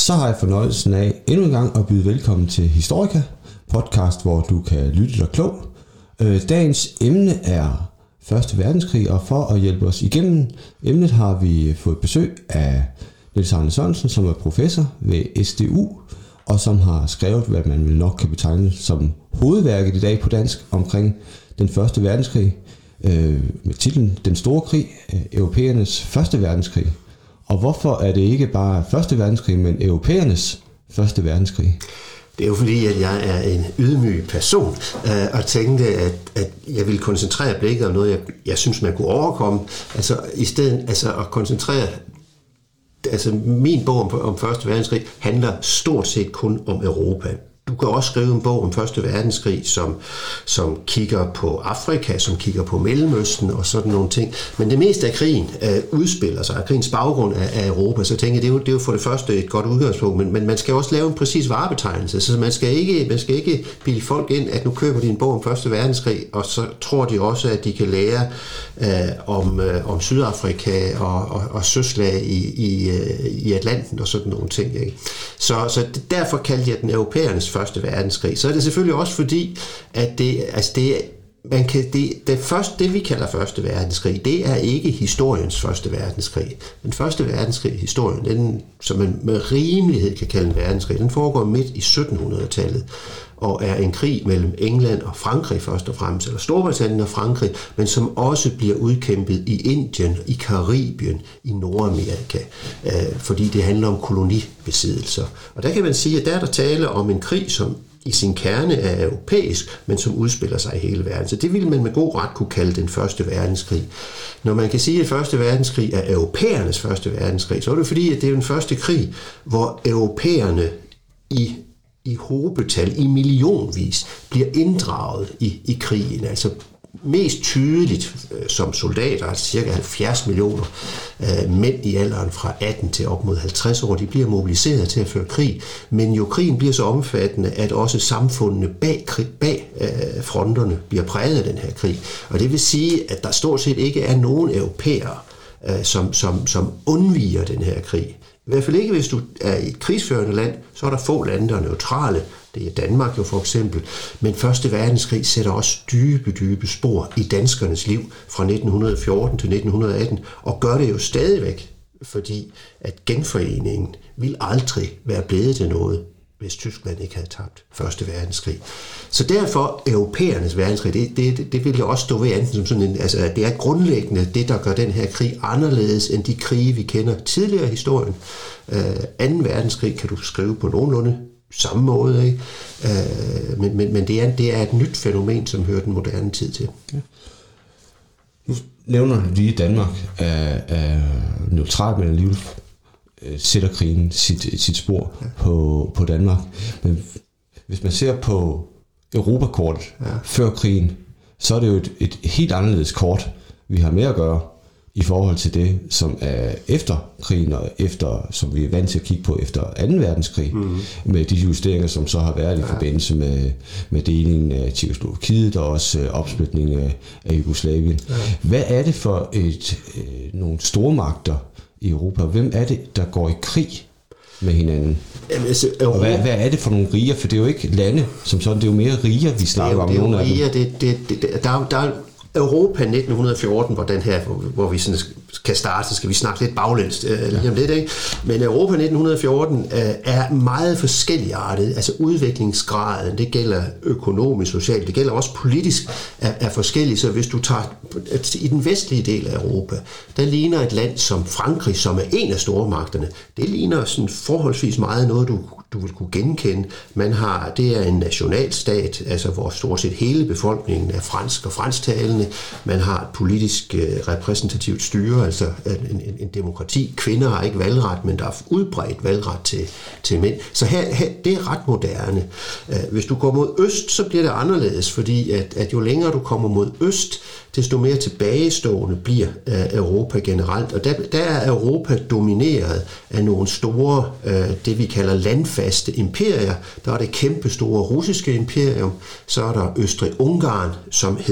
Så har jeg fornøjelsen af endnu en gang at byde velkommen til Historica, podcast, hvor du kan lytte dig klog. Dagens emne er 1. verdenskrig, og for at hjælpe os igennem emnet har vi fået besøg af Niels Arne Sørensen, som er professor ved SDU, og som har skrevet, hvad man vel nok kan betegne som hovedværket i dag på dansk omkring den 1. verdenskrig, med titlen Den store krig, europæernes første verdenskrig. Og hvorfor er det ikke bare 1. verdenskrig, men europæernes første verdenskrig? Det er jo fordi, at jeg er en ydmyg person, og tænkte, at jeg ville koncentrere blikket om noget, jeg synes, man kunne overkomme. Altså i stedet at koncentrere. Altså min bog om 1. verdenskrig handler stort set kun om Europa. Du kan også skrive en bog om 1. verdenskrig, som kigger på Afrika, som kigger på Mellemøsten og sådan nogle ting. Men det meste af krigen udspiller sig, af krigens baggrund af Europa. Så tænker jeg, det er jo for det første et godt udgangspunkt, men man skal også lave en præcis varebetegnelse. Så man skal ikke bilde folk ind, at nu køber de en bog om 1. verdenskrig, og så tror de også, at de kan lære om Sydafrika og søslag i Atlanten og sådan nogle ting. Ikke? Så derfor kaldte jeg den europæernes 1. verdenskrig. Så er det selvfølgelig også fordi, at det vi kalder 1. verdenskrig, det er ikke historiens 1. verdenskrig. Den 1. verdenskrig, historien, den, som man med rimelighed kan kalde en verdenskrig, den foregår midt i 1700-tallet, og er en krig mellem England og Frankrig først og fremmest, eller Storbritannien og Frankrig, men som også bliver udkæmpet i Indien, i Karibien, i Nordamerika, fordi det handler om kolonibesiddelser. Og der kan man sige, at der er der tale om en krig, som i sin kerne er europæisk, men som udspiller sig i hele verden. Så det ville man med god ret kunne kalde den 1. verdenskrig. Når man kan sige, at 1. verdenskrig er europæernes 1. verdenskrig, så er det fordi, at det er den første krig, hvor europæerne i hobetal, i millionvis, bliver inddraget i krigen. Altså mest tydeligt som soldater, altså cirka 70 millioner mænd i alderen fra 18 til op mod 50 år, de bliver mobiliseret til at føre krig, men jo krigen bliver så omfattende, at også samfundene bag fronterne bliver præget af den her krig. Og det vil sige, at der stort set ikke er nogen europæere, som undviger den her krig. I hvert fald ikke, hvis du er i et krigsførende land, så er der få lande, der er neutrale. Det er Danmark jo for eksempel. Men 1. verdenskrig sætter også dybe spor i danskernes liv fra 1914 til 1918, og gør det jo stadigvæk, fordi at genforeningen vil aldrig være blevet til noget, hvis Tyskland ikke havde tabt 1. verdenskrig. Så derfor europæernes verdenskrig, det vil jeg også stå ved enten som sådan en, altså det er grundlæggende det, der gør den her krig anderledes end de krige, vi kender tidligere i historien. 2. verdenskrig kan du skrive på nogenlunde samme måde, ikke? Men det er et nyt fænomen, som hører den moderne tid til. Ja. Nu nævner du lige, Danmark er neutralt, men alligevel sætter krigen sit spor på Danmark. Men hvis man ser på Europakortet før krigen, så er det jo et helt anderledes kort, vi har med at gøre i forhold til det, som er efter krigen, og efter, som vi er vant til at kigge på efter 2. verdenskrig, med de justeringer, som så har været i forbindelse med delingen af Tjekkoslovakiet, og også opsplitningen af Jugoslavien. Ja. Hvad er det for nogle stormagter i Europa? Hvem er det, der går i krig med hinanden? Jamen, altså, og hvad er det for nogle riger? For det er jo ikke lande som sådan, det er jo mere riger, vi snakker om. Nogle af dem. Der er Europa 1914, hvor vi sådan kan starte, så skal vi snakke lidt baglæns lige om lidt, ikke? Men Europa 1914 er meget forskelligartet, altså udviklingsgraden, det gælder økonomisk, socialt, det gælder også politisk, er forskellig. Så hvis du tager i den vestlige del af Europa, der ligner et land som Frankrig, som er en af stormagterne, det ligner sådan forholdsvis meget noget, du vil kunne genkende. Det er en nationalstat, altså hvor stort set hele befolkningen er fransk og fransktalende. Man har et politisk repræsentativt styre, altså en demokrati. Kvinder har ikke valgret, men der er udbredt valgret til mænd. Så her det er ret moderne. Hvis du går mod øst, så bliver det anderledes, fordi at jo længere du kommer mod øst, desto mere tilbagestående bliver Europa generelt. Og der er Europa domineret af nogle store, det vi kalder landfaste imperier. Der er det kæmpe store russiske imperium, så er der Østrig-Ungarn, som hed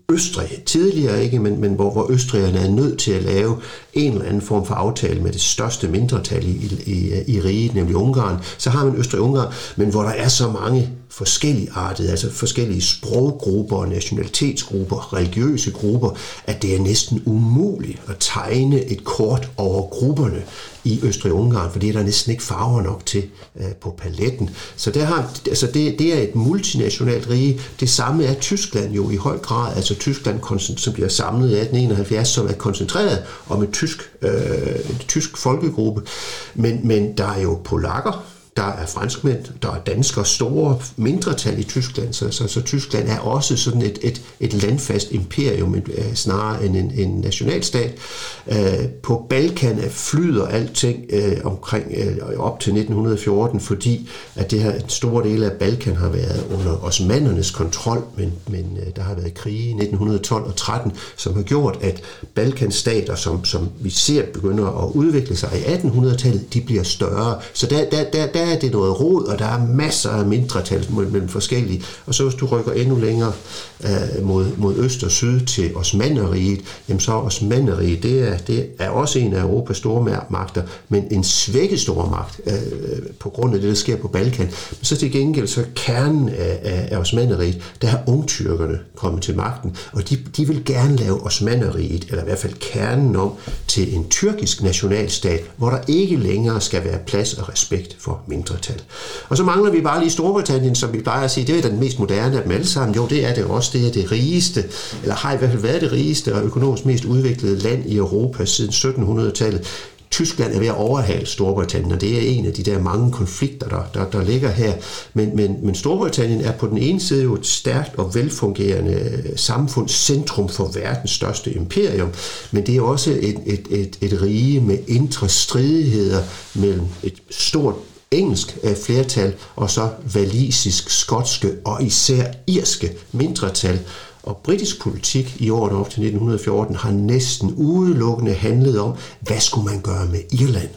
Østrig tidligere, ikke, men hvor østrigerne er nødt til at lave en eller anden form for aftale med det største mindretal i riget, nemlig Ungarn. Så har man Østrig-Ungarn, men hvor der er så mange forskelligartede, altså forskellige sproggrupper, nationalitetsgrupper, religiøse grupper, at det er næsten umuligt at tegne et kort over grupperne i Østrig-Ungarn, for det er der næsten ikke farver nok til på paletten. Så det er et multinationalt rige. Det samme er Tyskland jo i høj grad, altså Tyskland, som bliver samlet i 1871, som er koncentreret om et tysk folkegruppe. Men der er jo polakker, der er franskmænd, der er danskere, store mindretal i Tyskland, så Tyskland er også sådan et landfast imperium, snarere end en nationalstat. På Balkan flyder alting omkring op til 1914, fordi at det her en stor del af Balkan har været under osmannernes kontrol, men der har været krige i 1912 og 13, som har gjort, at Balkanstater, som vi ser begynder at udvikle sig i 1800-tallet, de bliver større. Så der er det noget rod, og der er masser af mindretal mellem forskellige. Og så hvis du rykker endnu længere mod øst og syd til Osmannerriget, jamen så Osmannerriget, det er også en af Europas store magter, men en svækket stormagt på grund af det, der sker på Balkan. Men så til gengæld, så kernen af Osmannerriget, der er ungtyrkerne kommet til magten, og de vil gerne lave Osmannerriget, eller i hvert fald kernen om, til en tyrkisk nationalstat, hvor der ikke længere skal være plads og respekt for mindretal. Og så mangler vi bare lige Storbritannien, som vi plejer at sige, det er den mest moderne af dem alle sammen. Jo, det er det også. Det er det rigeste, eller har i hvert fald været det rigeste og økonomisk mest udviklede land i Europa siden 1700-tallet. Tyskland er ved at overhale Storbritannien, og det er en af de der mange konflikter, der ligger her. Men Storbritannien er på den ene side jo et stærkt og velfungerende samfundscentrum for verdens største imperium, men det er også et rige med indre stridigheder mellem et stort engelsk flertal og så walisisk, skotske og især irske mindretal. Og britisk politik i årene op til 1914 har næsten udelukkende handlet om, hvad skulle man gøre med Irland,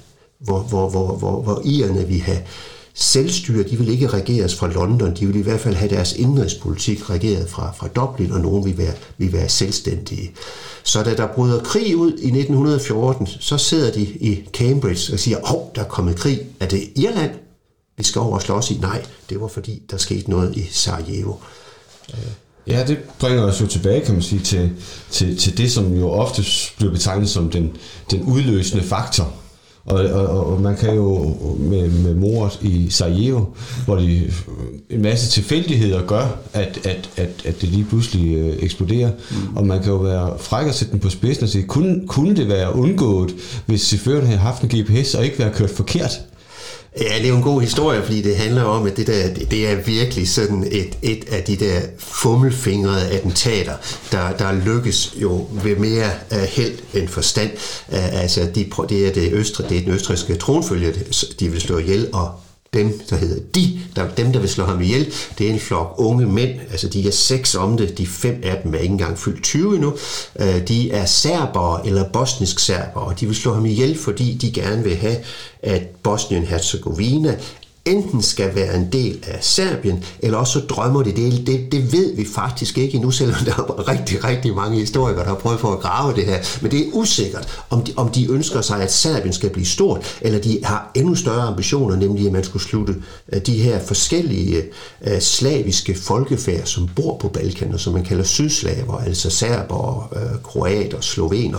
hvor irerne vil have selvstyre, de vil ikke regeres fra London, de vil i hvert fald have deres indrigspolitik regeret fra Dublin, og nogen vil være selvstændige. Så da der bryder krig ud i 1914, så sidder de i Cambridge og siger, der er kommet krig. Er det Irland, vi skal over og slås i? Nej, det var fordi, der skete noget i Sarajevo. Ja, det bringer os jo tilbage, kan man sige, til det, som jo ofte bliver betegnet som den udløsende faktor. Og man kan jo med mordet i Sarajevo, hvor en masse tilfældigheder gør, at det lige pludselig eksploderer. Og man kan jo være fræk og sætte den på spidsen og sige, kunne det være undgået, hvis chaufføren havde haft en GPS og ikke være kørt forkert? Ja, det er jo en god historie, fordi det handler om, at det er virkelig sådan et af de der fummelfingrede attentater, der lykkes jo ved mere held end forstand. Altså, det er den østrigske tronfølge, de vil slå ihjel, og dem, der vil slå ham ihjel, det er en flok unge mænd, altså de er 6 om det, de 5 af dem er ikke engang fyldt 20 endnu, de er serbere eller bosnisk serbere, og de vil slå ham ihjel, fordi de gerne vil have, at Bosnien-Herzegovina enten skal være en del af Serbien, eller også så drømmer de det ved vi faktisk ikke endnu, selvom der er rigtig, rigtig mange historikere, der har prøvet på at grave det her. Men det er usikkert, om de ønsker sig, at Serbien skal blive stort, eller de har endnu større ambitioner, nemlig at man skulle slutte de her forskellige slaviske folkefærd, som bor på Balkan, og som man kalder sydslaver, altså serber, kroater, slovener,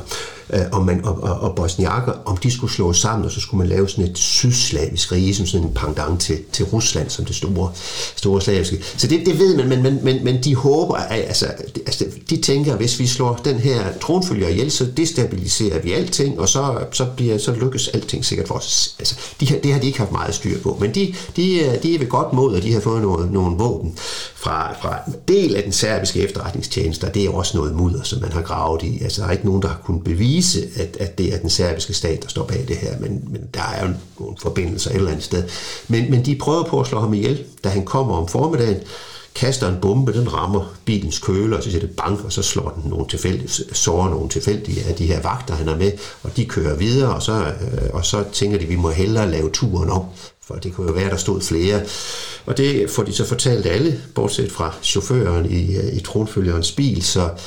og bosniakker, om de skulle slås sammen, og så skulle man lave sådan et sydslavisk rige, som sådan en pendant til Rusland, som det store slaviske. Så det ved man, men de håber, altså de tænker, hvis vi slår den her tronfølger ihjel, så destabiliserer vi alting, og så lykkes alting sikkert for os. Altså, det har de ikke haft meget styr på, men de er ved godt mod, og de har fået nogle våben fra en del af den serbiske efterretningstjeneste, og det er også noget mudder, som man har gravet i. Altså, der er ikke nogen, der har kunnet bevise, at det er den serbiske stat, der står bag det her, men der er jo nogle forbindelser et eller andet sted. Men de prøver på at slå ham ihjel, da han kommer om formiddagen. kaster en bombe, den rammer bilens køler, og så siger det bank, og så slår den sårer nogle tilfældige af de her vagter, han er med, og de kører videre, og så tænker de, vi må hellere lave turen om, for det kunne jo være, der stod flere. Og det får de så fortalt alle, bortset fra chaufføren i tronfølgerens bil,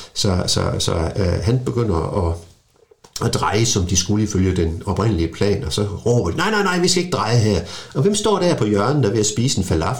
så han begynder at dreje, som de skulle ifølge den oprindelige plan, og så råber de, nej, vi skal ikke dreje her. Og hvem står der på hjørnet, der er ved at spise en falafel?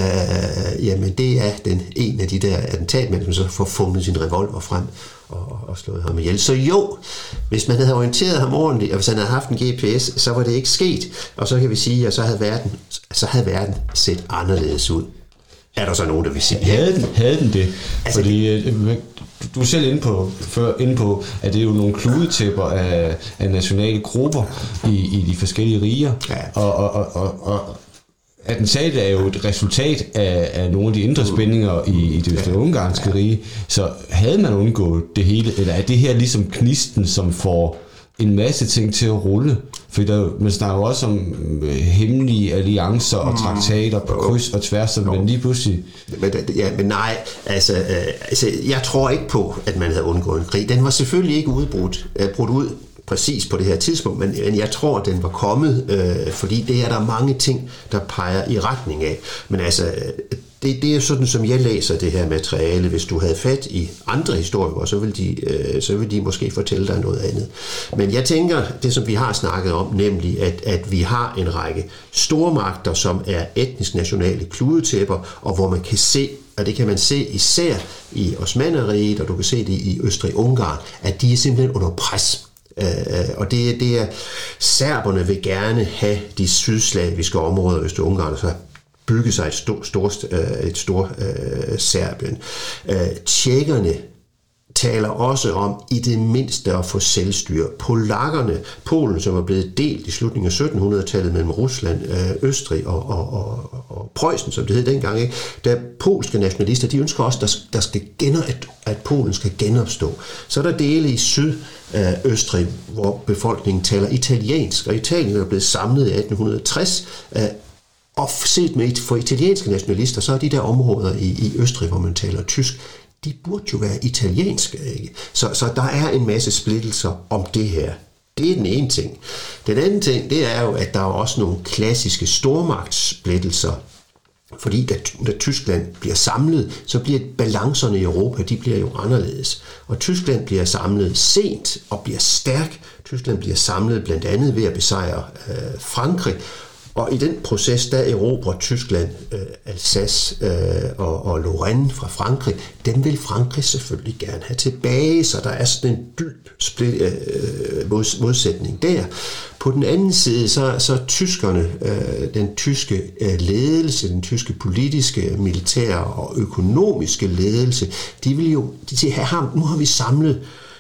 Jamen, det er en af de der attentatmænd, som så får fundet sin revolver frem og slået ham ihjel. Så jo, hvis man havde orienteret ham ordentligt, og hvis han havde haft en GPS, så var det ikke sket. Og så kan vi sige, at så havde verden set anderledes ud. Er der så nogen, der vil sige? Havde den det? Altså, fordi du er selv inde på, at det er jo nogle kludetæpper af nationale grupper i de forskellige riger. Ja. Og attentatet er jo et resultat af nogle af de indre spændinger i det østrig-ungarske rige. Så havde man undgået det hele, eller er det her ligesom knisten, som får en masse ting til at rulle? For man snakker jo også om hemmelige alliancer og traktater på kryds og tværs, men lige pludselig... Men nej, altså, jeg tror ikke på, at man havde undgået en krig. Den var selvfølgelig ikke brudt ud præcis på det her tidspunkt, men jeg tror, at den var kommet, fordi det er der mange ting, der peger i retning af. Men altså... Det er sådan, som jeg læser det her materiale. Hvis du havde fat i andre historikere, så vil de måske fortælle dig noget andet. Men jeg tænker, det som vi har snakket om, nemlig at vi har en række stormagter, som er etnisk nationale kludetæpper, og hvor man kan se, og det kan man se især i Osmannerriget, og du kan se det i Østrig-Ungarn, at de er simpelthen under pres. Og det er, serberne vil gerne have de sydslaviske områder i Østrig-Ungarn, så bygge sig et stort Serbien. Tjekkerne taler også om i det mindste at få selvstyre. Polen, som er blevet delt i slutningen af 1700-tallet mellem Rusland, Østrig og Preussen, som det hed dengang, ikke? Der polske nationalister, de ønsker også, at Polen skal genopstå. Så er der dele i Sydøstrig, hvor befolkningen taler italiensk, og Italien er blevet samlet i 1860. Og set med for italienske nationalister, så er de der områder i Østrig, hvor man taler tysk, de burde jo være italienske, ikke? Så der er en masse splittelser om det her. Det er den ene ting. Den anden ting, det er jo, at der er også nogle klassiske stormagtssplittelser. Fordi da Tyskland bliver samlet, så bliver balancerne i Europa, de bliver jo anderledes. Og Tyskland bliver samlet sent og bliver stærk. Tyskland bliver samlet blandt andet ved at besejre Frankrig. Og i den proces, der erobrer Tyskland Alsace og Lorraine fra Frankrig. Dem vil Frankrig selvfølgelig gerne have tilbage, så der er sådan en dyb modsætning der. På den anden side, så tyskerne, den tyske ledelse, den tyske politiske, militære og økonomiske ledelse, de vil jo sige, nu har vi samlet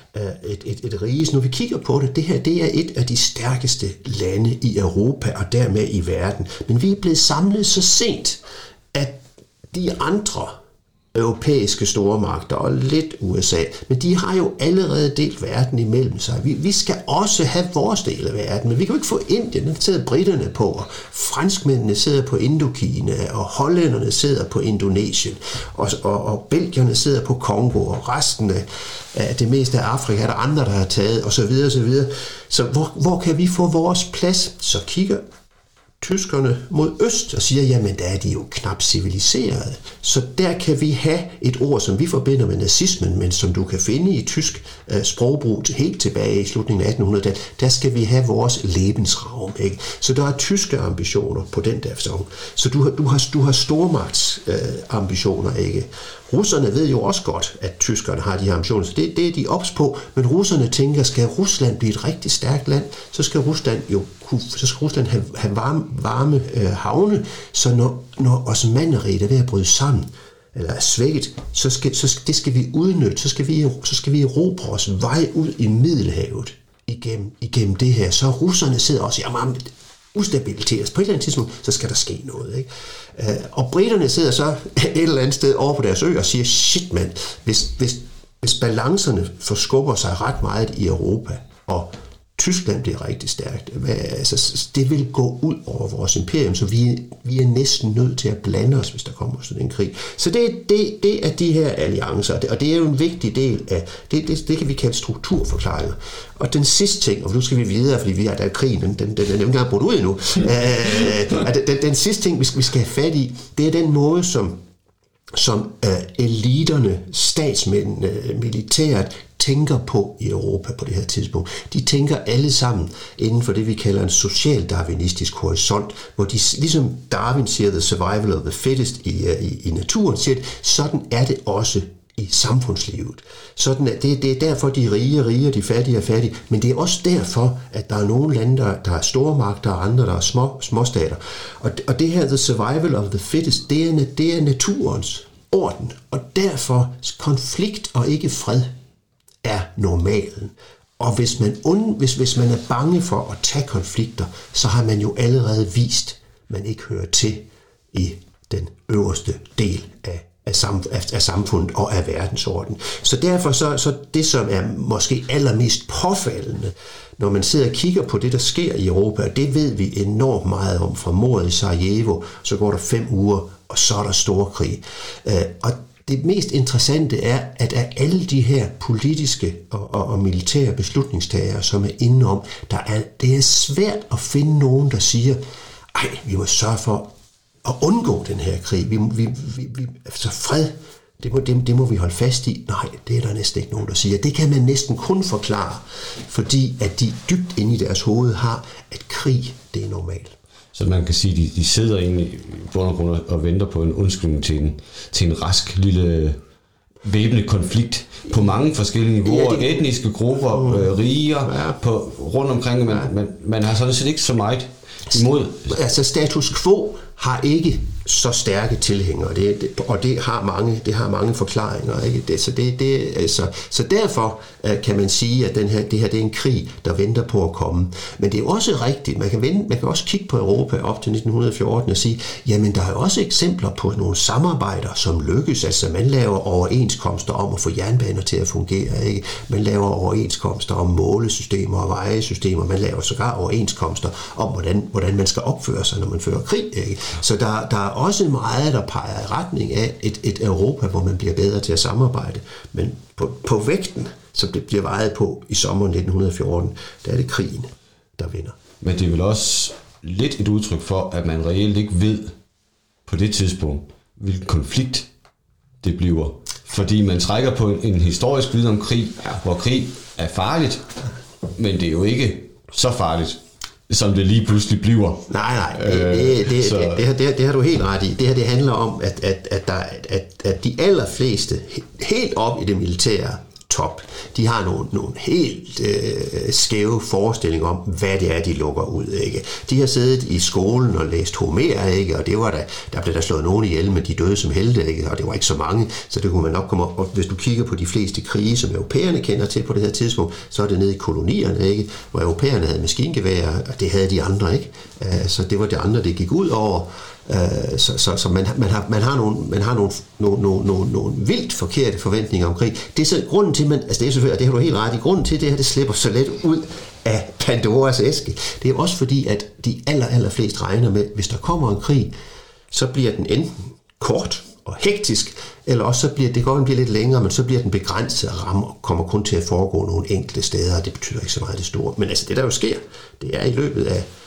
et rige. Når vi kigger på det, det her, det er et af de stærkeste lande i Europa og dermed i verden. Men vi er blevet samlet så sent, at de andre europæiske stormagter og lidt USA, men de har jo allerede delt verden imellem sig. Vi skal også have vores del af verden, men vi kan jo ikke få Indien, den sidder britterne på, og franskmændene sidder på Indokina, og hollænderne sidder på Indonesien, og belgierne sidder på Kongo, og resten af det meste af Afrika er der andre, der har taget, og så videre, og så videre. Så hvor kan vi få vores plads? Så kigger tyskerne mod øst og siger, jamen der er de jo knap civiliserede. Så der kan vi have et ord, som vi forbinder med nazismen, men som du kan finde i tysk sprogbrug helt tilbage i slutningen af 1800-tallet. Der skal vi have vores Lebensraum, ikke? Så der er tyske ambitioner på den der fasong. Så du har stormagtsambitioner, ikke? Russerne ved jo også godt, at tyskerne har de her ambitioner, så det er de ops på, men russerne tænker, skal Rusland blive et rigtig stærkt land, så skal Rusland have varme havne, så når Osmannerriget er ved at bryde sammen, eller er svækket, det skal vi udnytte, så skal vi erobre os vej ud i Middelhavet igennem det her. Så russerne sidder også, jamen, ustabilitet. På et eller andet tidspunkt, så skal der ske noget, ikke? Og briterne sidder så et eller andet sted over på deres ø og siger, shit mand, hvis balancerne forskubber sig ret meget i Europa, og Tyskland bliver rigtig stærkt. Altså, det vil gå ud over vores imperium, så vi er næsten nødt til at blande os, hvis der kommer sådan en krig. Så det er de her alliancer, og det er jo en vigtig del af, det kan vi kalde strukturforklaringer. Og den sidste ting, og nu skal vi videre, fordi vi har der krigen, den er ikke engang brudt ud endnu. Den sidste ting, vi skal have fat i, det er den måde, som eliterne, statsmændene, militæret tænker på i Europa på det her tidspunkt. De tænker alle sammen inden for det, vi kalder en social-darwinistisk horisont, hvor de, ligesom Darwin siger, the survival of the fittest i naturen, siger det, sådan er det også i samfundslivet. Sådan det er derfor, de rige er rige, de fattige er fattige, men det er også derfor, at der er nogle lande, der er stormagter, og andre, der er småstater. Og det her, the survival of the fittest, det er naturens orden, og derfor konflikt og ikke fred er normalen. Og hvis man er bange for at tage konflikter, så har man jo allerede vist, at man ikke hører til i den øverste del af samfundet og af verdensordenen. Så derfor så det, som er måske allermest påfaldende, når man sidder og kigger på det, der sker i Europa, det ved vi enormt meget om fra mordet i Sarajevo, så går der 5 uger, og så er der storkrig. Og det mest interessante er, at af alle de her politiske og militære beslutningstagere, som er indenom, det er svært at finde nogen, der siger, vi må sørge for at undgå den her krig. Altså fred, det må vi holde fast i. Nej, det er der næsten ikke nogen, der siger. Det kan man næsten kun forklare, fordi at de dybt inde i deres hoved har, at krig, det er normalt. Så man kan sige, at de sidder egentlig i bund og grund og venter på en undskyldning til en rask lille væbnet konflikt på mange forskellige niveauer, etniske grupper, riger rundt omkring. Man har sådan set ikke så meget imod. Altså status quo har ikke så stærke tilhængere, og det har mange forklaringer, ikke? Så derfor kan man sige, at det her det er en krig, der venter på at komme. Men det er også rigtigt, man kan også kigge på Europa op til 1914 og sige, jamen der er også eksempler på nogle samarbejder, som lykkes. Altså man laver overenskomster om at få jernbaner til at fungere, ikke? Man laver overenskomster om målesystemer og vejesystemer, man laver sågar overenskomster om, hvordan man skal opføre sig, når man fører krig, ikke? Så der er også meget, der peger i retning af et Europa, hvor man bliver bedre til at samarbejde. Men på vægten, som det bliver vejet på i sommeren 1914, der er det krigen, der vinder. Men det er vel også lidt et udtryk for, at man reelt ikke ved på det tidspunkt, hvilken konflikt det bliver. Fordi man trækker på en historisk viden om krig, hvor krig er farligt, men det er jo ikke så farligt, som det lige pludselig bliver. Nej, det har du helt ret i. Det her, det handler om, at de allerfleste, helt op i det militære top, de har nogle helt skæve forestillinger om, hvad det er, de lukker ud, ikke? De har siddet i skolen og læst Homer, ikke? Og det var der blev der slået nogen ihjel, men de døde som helte, ikke? Og det var ikke så mange, så det kunne man nok komme op. Og hvis du kigger på de fleste krige, som europæerne kender til på det her tidspunkt, så er det nede i kolonierne, ikke? Hvor europæerne havde maskingeværer, og det havde de andre ikke. Så det var det andre, det gik ud over. Så man har nogle vildt forkerte forventninger om krig. Det er så grunden til, det er selvfølgelig, og det har du helt ret i, grunden til det her, det slipper så let ud af Pandoras æske. Det er også fordi, at de allerflest regner med, hvis der kommer en krig, så bliver den enten kort og hektisk, eller også så bliver det godt bliver lidt længere, men så bliver den begrænset og kommer kun til at foregå nogle enkelte steder, og det betyder ikke så meget det store. Men altså det der jo sker, det er i løbet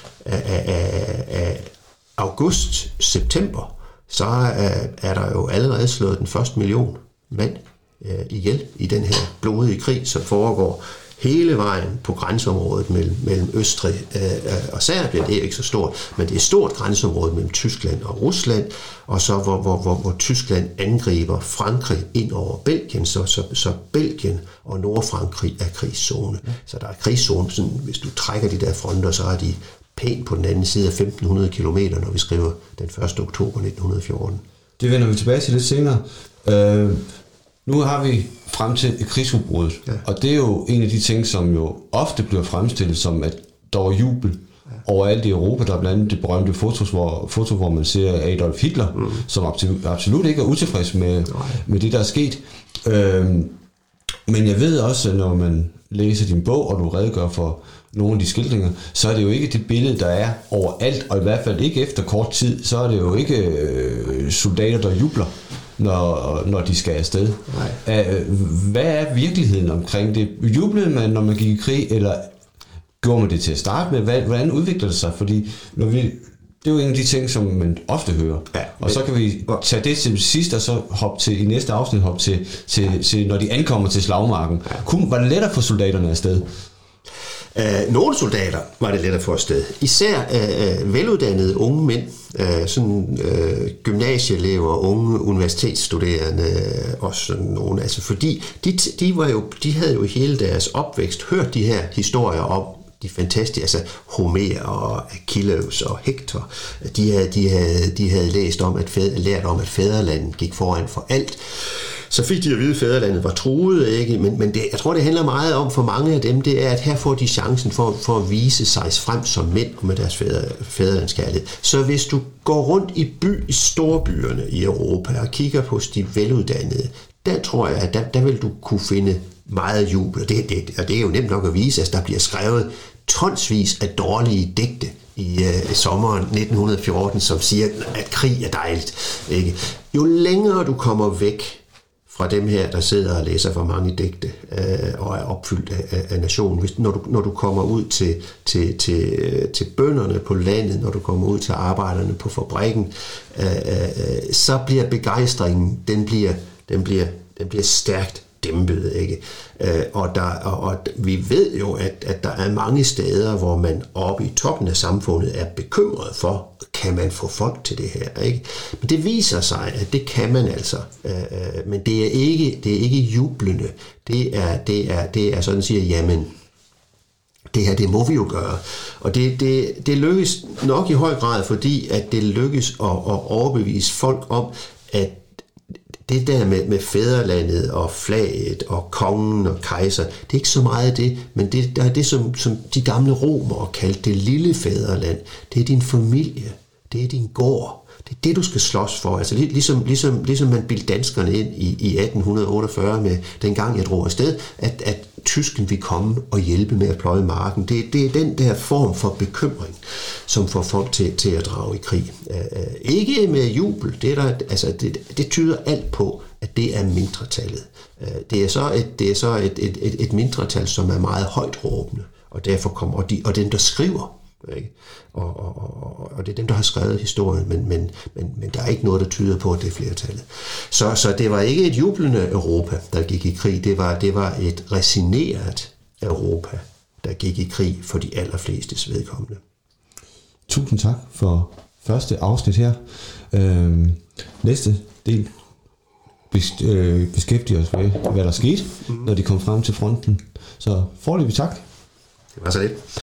af august-september, så er der jo allerede slået den første million mand ihjel i den her blodige krig, som foregår hele vejen på grænseområdet mellem Østrig og Serbien. Det er ikke så stort, men det er et stort grænseområde mellem Tyskland og Rusland, og så hvor Tyskland angriber Frankrig ind over Belgien, så Belgien og Nordfrankrig er krigszone. Så der er krigszone, sådan, hvis du trækker de der fronter, så er de pænt på den anden side af 1.500 kilometer, når vi skriver den 1. oktober 1914. Det vender vi tilbage til lidt senere. Nu har vi frem til krigsudbruddet, og det er jo en af de ting, som jo ofte bliver fremstillet som, at der var jubel overalt i Europa. Der er blandt andet det berømte foto, hvor man ser Adolf Hitler, som absolut ikke er utilfreds med det, der er sket. Men jeg ved også, når man læser din bog, og du redegør for nogle af de skildringer, så er det jo ikke det billede, der er overalt, og i hvert fald ikke efter kort tid, så er det jo ikke soldater, der jubler, når de skal afsted. Hvad er virkeligheden omkring det? Jublede man, når man gik i krig, eller gjorde man det til at starte med? Hvordan udvikler det sig? Fordi det er jo en af de ting, som man ofte hører. Ja, og så kan vi tage det til sidst, og så hoppe til i næste afsnit, til når de ankommer til slagmarken. Var det lettere for soldaterne afsted? Nogle soldater var det lettere for afsted. Især veluddannede unge mænd, gymnasieelever, unge universitetsstuderende og sådan nogle. Altså fordi de havde jo hele deres opvækst hørt de her historier om de fantastiske, altså Homer og Achilles og Hector. De havde læst om, lært om, at fædrelandet gik foran for alt. Så fik de at vide, at fædrelandet var truet, ikke? Men jeg tror, det handler meget om for mange af dem, det er, at her får de chancen for at vise sig frem som mænd med deres fædrelandskærlighed. Så hvis du går rundt i storbyerne i Europa og kigger på de veluddannede, der tror jeg, at der vil du kunne finde meget jubel. Og det er jo nemt nok at vise, at der bliver skrevet tonsvis af dårlige digte i sommeren 1914, som siger, at krig er dejligt. Ikke? Jo længere du kommer væk fra dem her, der sidder og læser for mange digte og er opfyldt af nationen. Når du kommer ud til bønderne på landet, når du kommer ud til arbejderne på fabrikken, så bliver begejstringen, den bliver stærkt dæmpet, ikke? Og vi ved jo, at der er mange steder, hvor man oppe i toppen af samfundet er bekymret for, kan man få folk til det her, ikke? Men det viser sig, at det kan man altså. Men det er ikke jublende. Det er sådan siger, jamen, det her, det må vi jo gøre. Og det lykkes nok i høj grad, fordi at det lykkes at overbevise folk om, at det der med fædrelandet og flaget og kongen og kejser, det er ikke så meget det, men der er det, som de gamle romere kaldte det lille fædreland. Det er din familie, det er din gård, det er det, du skal slås for. Altså ligesom man bildte danskerne ind i 1848 med dengang jeg drog afsted, at tysken vil komme og hjælpe med at pløje marken. Det er den der form for bekymring, som får folk til at drage i krig. Ikke med jubel. Det tyder alt på, at det er mindretallet. Det er så et mindretal, som er meget højt råbende, og derfor kommer og dem, der skriver. Ikke? Og det er dem, der har skrevet historien, men der er ikke noget, der tyder på, at det er flertallet. Så det var ikke et jublende Europa, der gik i krig. Det var et resigneret Europa, der gik i krig for de allerflestes vedkommende. Tusind tak for første afsnit her. Næste del beskæftiger os med, hvad der skete, når de kom frem til fronten. Så foreløbig tak. Det var så lidt.